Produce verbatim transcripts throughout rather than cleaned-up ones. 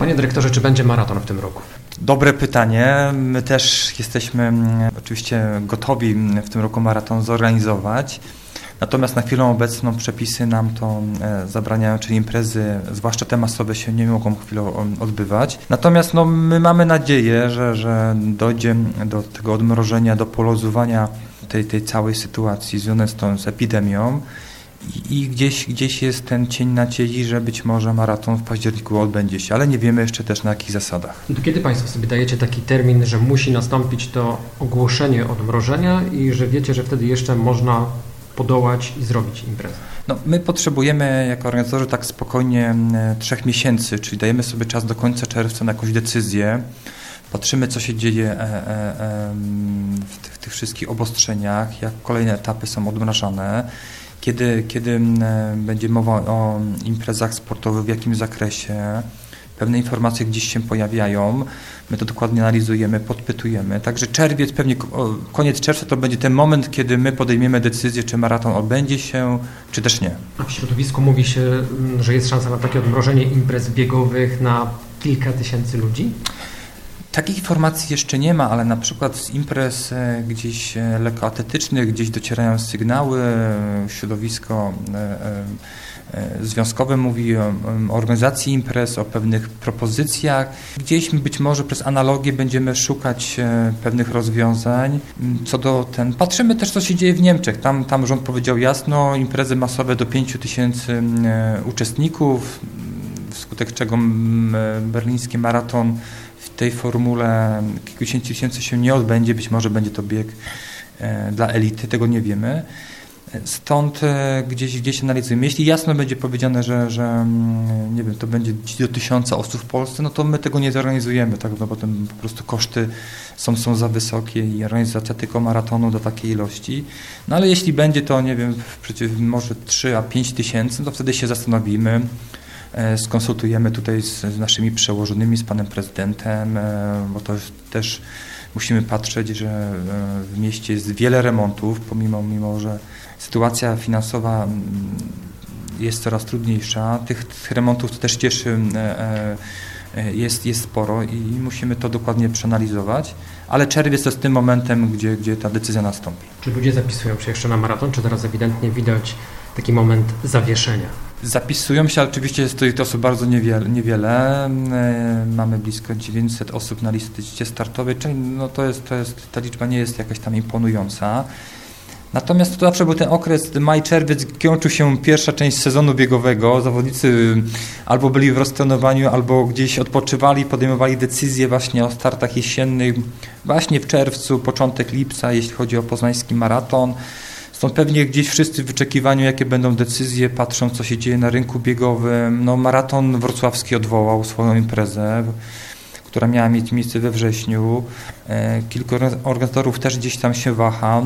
Panie dyrektorze, czy będzie maraton w tym roku? Dobre pytanie. My też jesteśmy oczywiście gotowi w tym roku maraton zorganizować. Natomiast na chwilę obecną przepisy nam to zabraniają, czyli imprezy, zwłaszcza te masowe, się nie mogą chwilę odbywać. Natomiast no, my mamy nadzieję, że, że dojdzie do tego odmrożenia, do poluzowania tej, tej całej sytuacji związanej z tą z epidemią i, i gdzieś, gdzieś jest ten cień nadziei, że być może maraton w październiku odbędzie się, ale nie wiemy jeszcze też na jakich zasadach. To kiedy Państwo sobie dajecie taki termin, że musi nastąpić to ogłoszenie odmrożenia i że wiecie, że wtedy jeszcze można podołać i zrobić imprezę? No, my potrzebujemy jako organizatorzy tak spokojnie trzech miesięcy, czyli dajemy sobie czas do końca czerwca na jakąś decyzję. Patrzymy, co się dzieje e, e, e, w, tych, w tych wszystkich obostrzeniach, jak kolejne etapy są odmrażane, kiedy, kiedy będzie mowa o imprezach sportowych, w jakim zakresie. Pewne informacje gdzieś się pojawiają, my to dokładnie analizujemy, podpytujemy. Także czerwiec, pewnie koniec czerwca to będzie ten moment, kiedy my podejmiemy decyzję, czy maraton odbędzie się, czy też nie. A w środowisku mówi się, że jest szansa na takie odmrożenie imprez biegowych na kilka tysięcy ludzi? Takich informacji jeszcze nie ma, ale na przykład z imprez gdzieś lekkoatletycznych, gdzieś docierają sygnały, środowisko związkowe mówi o organizacji imprez, o pewnych propozycjach. Gdzieś być może przez analogię będziemy szukać pewnych rozwiązań. Co do ten, patrzymy też, co się dzieje w Niemczech. Tam, tam rząd powiedział jasno, imprezy masowe do pięciu tysięcy uczestników, wskutek czego berliński maraton w tej formule kilkudziesięciu tysięcy się nie odbędzie. Być może będzie to bieg dla elity, tego nie wiemy. Stąd gdzieś, gdzieś analizujemy. Jeśli jasno będzie powiedziane, że, że nie wiem, to będzie do tysiąca osób w Polsce, no to my tego nie zorganizujemy, tak? No potem po prostu koszty są, są za wysokie i organizacja tylko maratonu do takiej ilości. No ale jeśli będzie to, nie wiem, przecież może trzy a pięć tysięcy, no to wtedy się zastanowimy, skonsultujemy tutaj z, z naszymi przełożonymi, z panem prezydentem, bo to też musimy patrzeć, że w mieście jest wiele remontów, pomimo mimo, że sytuacja finansowa jest coraz trudniejsza. Tych, tych remontów to też cieszy, jest, jest sporo i musimy to dokładnie przeanalizować, ale czerwiec to jest tym momentem, gdzie, gdzie ta decyzja nastąpi. Czy ludzie zapisują się jeszcze na maraton, czy teraz ewidentnie widać taki moment zawieszenia? Zapisują się, ale oczywiście jest tych osób bardzo niewiele. niewiele. Mamy blisko dziewięćset osób na liście startowej, czyli no to jest, to jest, ta liczba nie jest jakaś tam imponująca. Natomiast to zawsze był ten okres maj-czerwiec, kończył się pierwsza część sezonu biegowego. Zawodnicy albo byli w roztrenowaniu, albo gdzieś odpoczywali, podejmowali decyzje właśnie o startach jesiennych, właśnie w czerwcu, początek lipca, jeśli chodzi o poznański maraton. Stąd pewnie gdzieś wszyscy w wyczekiwaniu, jakie będą decyzje, patrzą, co się dzieje na rynku biegowym. No, maraton wrocławski odwołał swoją imprezę, która miała mieć miejsce we wrześniu. Kilku organizatorów też gdzieś tam się waha.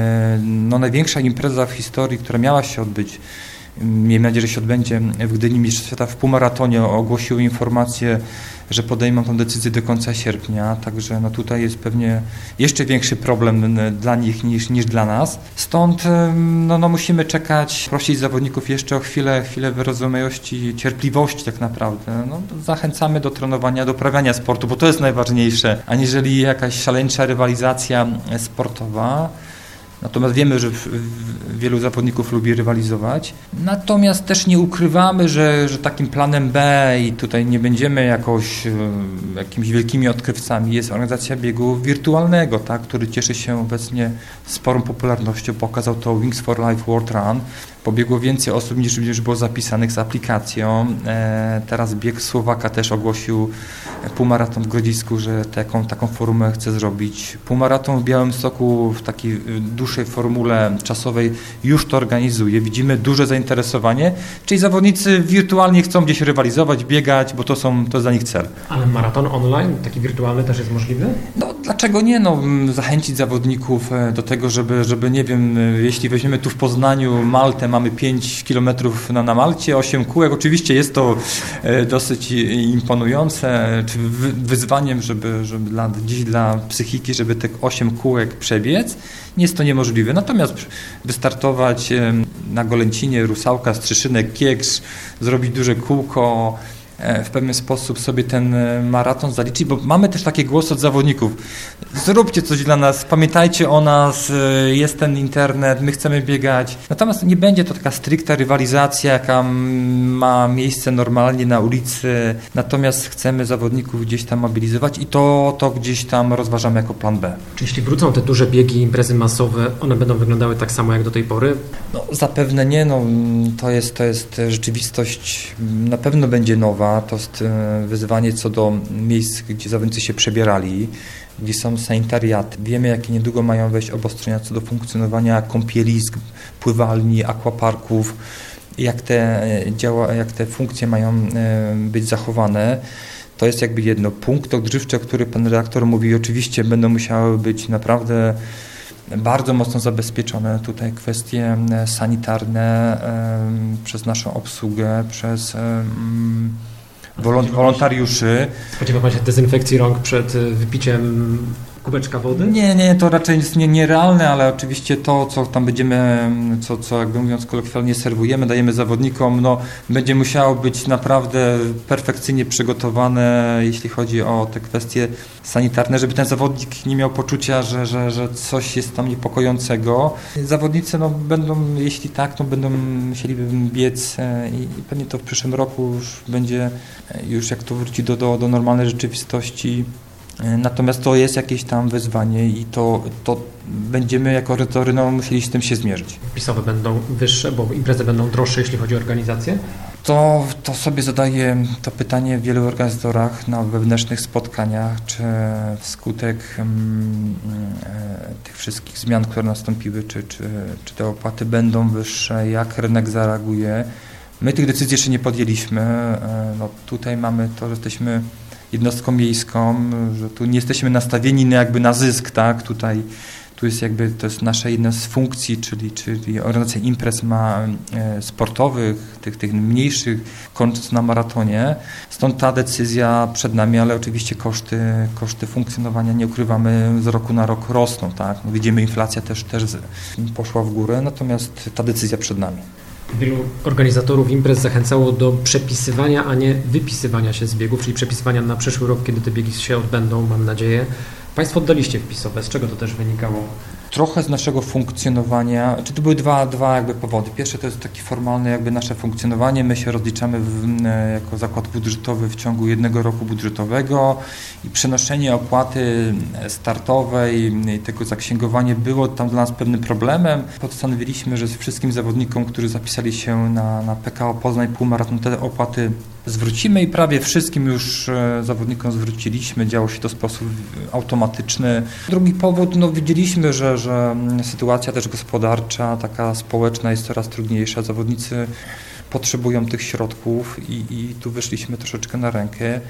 No, największa impreza w historii, która miała się odbyć, miejmy nadzieję, że się odbędzie w Gdyni, Mistrzostwa Świata w półmaratonie, ogłosiły informację, że podejmą tę decyzję do końca sierpnia, także no tutaj jest pewnie jeszcze większy problem dla nich niż, niż dla nas. Stąd no, no musimy czekać, prosić zawodników jeszcze o chwilę, chwilę wyrozumiałości, cierpliwości tak naprawdę. No, zachęcamy do trenowania, do uprawiania sportu, bo to jest najważniejsze, aniżeli jakaś szaleńcza rywalizacja sportowa. Natomiast wiemy, że wielu zawodników lubi rywalizować. Natomiast też nie ukrywamy, że, że takim planem B i tutaj nie będziemy jakoś jakimiś wielkimi odkrywcami, jest organizacja biegu wirtualnego, tak, który cieszy się obecnie sporą popularnością. Pokazał to Wings for Life World Run. Pobiegło więcej osób niż, niż było zapisanych z aplikacją. E, teraz bieg Słowaka też ogłosił półmaraton w Grodzisku, że taką, taką formę chce zrobić. Półmaraton w Białymstoku w takiej dłuższej formule czasowej już to organizuje. Widzimy duże zainteresowanie, czyli zawodnicy wirtualnie chcą gdzieś rywalizować, biegać, bo to, są, to jest dla nich cel. Ale maraton online, taki wirtualny też jest możliwy? No dlaczego nie? No, zachęcić zawodników do tego, żeby, żeby nie wiem, jeśli weźmiemy tu w Poznaniu Maltę, mamy pięć kilometrów na, na Malcie, osiem kółek. Oczywiście jest to e, dosyć imponujące, czy wy, wyzwaniem, żeby, żeby dla, dziś dla psychiki, żeby te osiem kółek przebiec. Nie jest to niemożliwe. Natomiast wystartować e, na Golęcinie, Rusałka, Strzyszynek, Kieksz, zrobić duże kółko, w pewien sposób sobie ten maraton zaliczyć, bo mamy też takie głosy od zawodników. Zróbcie coś dla nas, pamiętajcie o nas, jest ten internet, my chcemy biegać. Natomiast nie będzie to taka stricta rywalizacja, jaka ma miejsce normalnie na ulicy, natomiast chcemy zawodników gdzieś tam mobilizować i to, to gdzieś tam rozważamy jako plan B. Czy jeśli wrócą te duże biegi, imprezy masowe, one będą wyglądały tak samo jak do tej pory? No, zapewne nie, no, to jest, to jest rzeczywistość, na pewno będzie nowa, to jest wyzwanie co do miejsc, gdzie zawodnicy się przebierali, gdzie są sanitariaty. Wiemy, jakie niedługo mają wejść obostrzenia co do funkcjonowania kąpielisk, pływalni, aquaparków, jak te, działa, jak te funkcje mają być zachowane. To jest jakby jedno. Punkty odżywcze, o których pan redaktor mówi, oczywiście będą musiały być naprawdę bardzo mocno zabezpieczone. Tutaj kwestie sanitarne przez naszą obsługę, przez wolontariuszy. Spodziewa pan się dezynfekcji rąk przed wypiciem kubeczka wody? Nie, nie, to raczej jest nie, nierealne, ale oczywiście to, co tam będziemy, co, co jakby mówiąc kolokwialnie serwujemy, dajemy zawodnikom, no będzie musiało być naprawdę perfekcyjnie przygotowane, jeśli chodzi o te kwestie sanitarne, żeby ten zawodnik nie miał poczucia, że, że, że coś jest tam niepokojącego. Zawodnicy no, będą, jeśli tak, to będą musieli biec i, i pewnie to w przyszłym roku już będzie, już jak to wróci do, do, do normalnej rzeczywistości. Natomiast to jest jakieś tam wyzwanie i to, to będziemy jako retory no, musieli z tym się zmierzyć. Wpisowe będą wyższe, bo imprezy będą droższe, jeśli chodzi o organizację? To, to sobie zadaję to pytanie w wielu organizatorach na wewnętrznych spotkaniach, czy wskutek um, tych wszystkich zmian, które nastąpiły, czy, czy, czy te opłaty będą wyższe, jak rynek zareaguje. My tych decyzji jeszcze nie podjęliśmy. No, tutaj mamy to, że jesteśmy jednostką miejską, że tu nie jesteśmy nastawieni na jakby na zysk, tak? Tutaj tu jest jakby, to jest nasza jedna z funkcji, czyli, czyli organizacja imprez ma e, sportowych, tych, tych mniejszych, kończąc na maratonie. Stąd ta decyzja przed nami, ale oczywiście koszty, koszty funkcjonowania, nie ukrywamy, z roku na rok rosną, tak? No, widzimy, inflacja też, też poszła w górę, natomiast ta decyzja przed nami. Wielu organizatorów imprez zachęcało do przepisywania, a nie wypisywania się z biegów, czyli przepisywania na przyszły rok, kiedy te biegi się odbędą, mam nadzieję. Państwo oddaliście wpisowe. Z czego to też wynikało? Trochę z naszego funkcjonowania, czy to były dwa, dwa jakby powody. Pierwsze to jest taki formalny jakby nasze funkcjonowanie. My się rozliczamy w, jako zakład budżetowy w ciągu jednego roku budżetowego i przenoszenie opłaty startowej, tego zaksięgowanie było tam dla nas pewnym problemem. Postanowiliśmy, że wszystkim zawodnikom, którzy zapisali się na, na P K O Poznań półmaraton, te opłaty zwrócimy i prawie wszystkim już zawodnikom zwróciliśmy. Działo się to w sposób automatyczny. Drugi powód, no widzieliśmy, że, że sytuacja też gospodarcza, taka społeczna jest coraz trudniejsza. Zawodnicy potrzebują tych środków i, i tu wyszliśmy troszeczkę na rękę.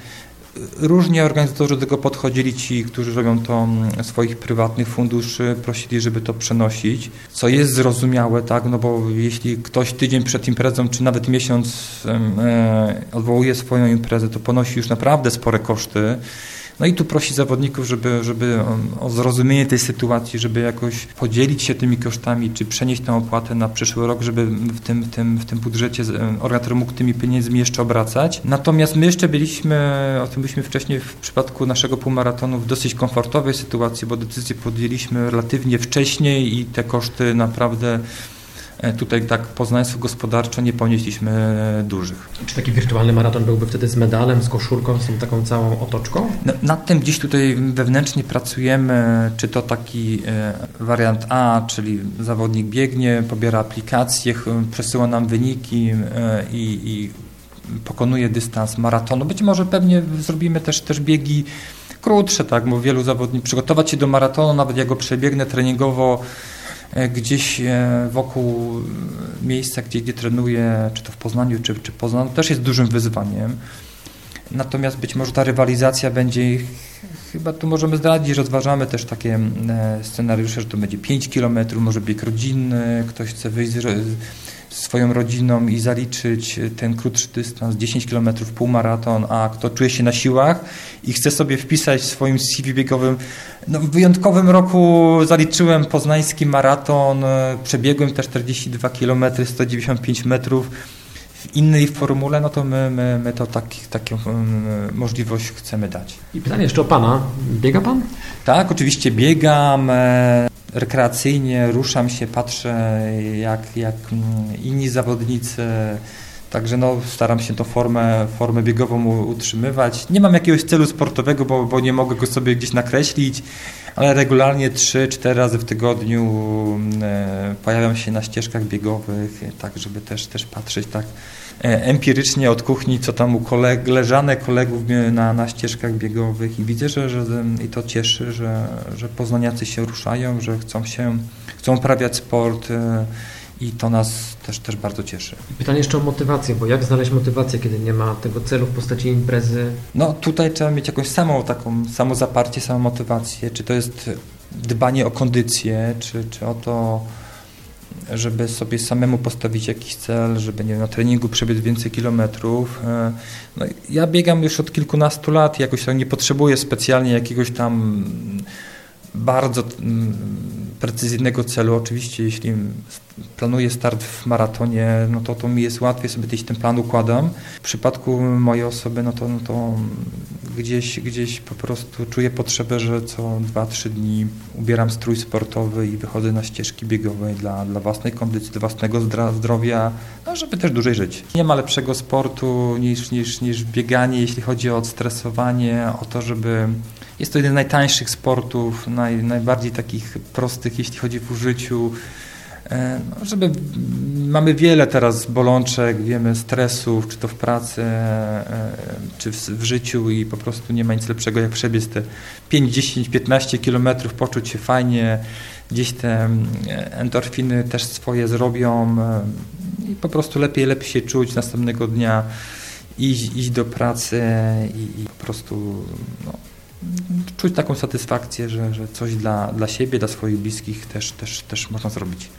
Różnie organizatorzy do tego podchodzili, ci, którzy robią to swoich prywatnych funduszy, prosili, żeby to przenosić, co jest zrozumiałe, tak, no bo jeśli ktoś tydzień przed imprezą, czy nawet miesiąc e, odwołuje swoją imprezę, to ponosi już naprawdę spore koszty. No i tu prosi zawodników, żeby, żeby o zrozumienie tej sytuacji, żeby jakoś podzielić się tymi kosztami, czy przenieść tę opłatę na przyszły rok, żeby w tym, w tym, w tym budżecie organizator mógł tymi pieniędzmi jeszcze obracać. Natomiast my jeszcze byliśmy, o tym byliśmy wcześniej w przypadku naszego półmaratonu w dosyć komfortowej sytuacji, bo decyzję podjęliśmy relatywnie wcześniej i te koszty naprawdę tutaj tak poznańsko gospodarczo nie ponieśliśmy dużych. Czy taki wirtualny maraton byłby wtedy z medalem, z koszulką, z tą taką całą otoczką? Nad tym gdzieś tutaj wewnętrznie pracujemy, czy to taki wariant A, czyli zawodnik biegnie, pobiera aplikację, przesyła nam wyniki i, i pokonuje dystans maratonu. Być może pewnie zrobimy też, też biegi krótsze, tak, bo wielu zawodników przygotować się do maratonu, nawet jak go przebiegnę treningowo, gdzieś wokół miejsca, gdzie, gdzie trenuję, czy to w Poznaniu, czy, czy Poznaniu, też jest dużym wyzwaniem. Natomiast być może ta rywalizacja będzie, chyba tu możemy zdradzić, że rozważamy też takie scenariusze, że to będzie pięć kilometrów, może bieg rodzinny, ktoś chce wyjść z swoją rodziną i zaliczyć ten krótszy dystans, dziesięć kilometrów, półmaraton, a kto czuje się na siłach i chce sobie wpisać w swoim C V biegowym. No, w wyjątkowym roku zaliczyłem poznański maraton, przebiegłem te czterdzieści dwa kilometry, sto dziewięćdziesiąt pięć metrów. w innej formule, no to my, my, my to tak, taką możliwość chcemy dać. I pytanie jeszcze o Pana. Biega Pan? Tak, oczywiście biegam e, rekreacyjnie, ruszam się, patrzę jak, jak inni zawodnicy, także no, staram się tą formę, formę biegową utrzymywać. Nie mam jakiegoś celu sportowego, bo, bo nie mogę go sobie gdzieś nakreślić, ale regularnie trzy cztery razy w tygodniu e, pojawiam się na ścieżkach biegowych, tak żeby też, też patrzeć tak e, empirycznie od kuchni, co tam u koleg, leżane kolegów na, na ścieżkach biegowych i widzę, że, że i to cieszy, że, że poznaniacy się ruszają, że chcą się, chcą uprawiać sport e, i to nas też, też bardzo cieszy. Pytanie jeszcze o motywację, bo jak znaleźć motywację, kiedy nie ma tego celu w postaci imprezy? No tutaj trzeba mieć jakąś samą taką samozaparcie, samą motywację, czy to jest dbanie o kondycję, czy, czy o to, żeby sobie samemu postawić jakiś cel, żeby nie wiem, na treningu przebiec więcej kilometrów. No, ja biegam już od kilkunastu lat i jakoś tam nie potrzebuję specjalnie jakiegoś tam bardzo precyzyjnego celu. Oczywiście jeśli planuję start w maratonie, no to, to mi jest łatwiej, sobie ten plan układam. W przypadku mojej osoby, no to, no to gdzieś, gdzieś po prostu czuję potrzebę, że co dwa trzy dni ubieram strój sportowy i wychodzę na ścieżki biegowe dla, dla własnej kondycji, dla własnego zdrowia, no żeby też dłużej żyć. Nie ma lepszego sportu niż, niż, niż bieganie, jeśli chodzi o odstresowanie, o to, żeby... Jest to jeden z najtańszych sportów, naj, najbardziej takich prostych, jeśli chodzi w użyciu. No, żeby mamy wiele teraz bolączek, wiemy stresów, czy to w pracy, czy w, w życiu i po prostu nie ma nic lepszego jak przebiec te pięć, dziesięć, piętnaście kilometrów, poczuć się fajnie, gdzieś te endorfiny też swoje zrobią i po prostu lepiej, lepiej się czuć następnego dnia, iść, iść do pracy i, i po prostu no, czuć taką satysfakcję, że, że coś dla, dla siebie, dla swoich bliskich też, też, też można zrobić.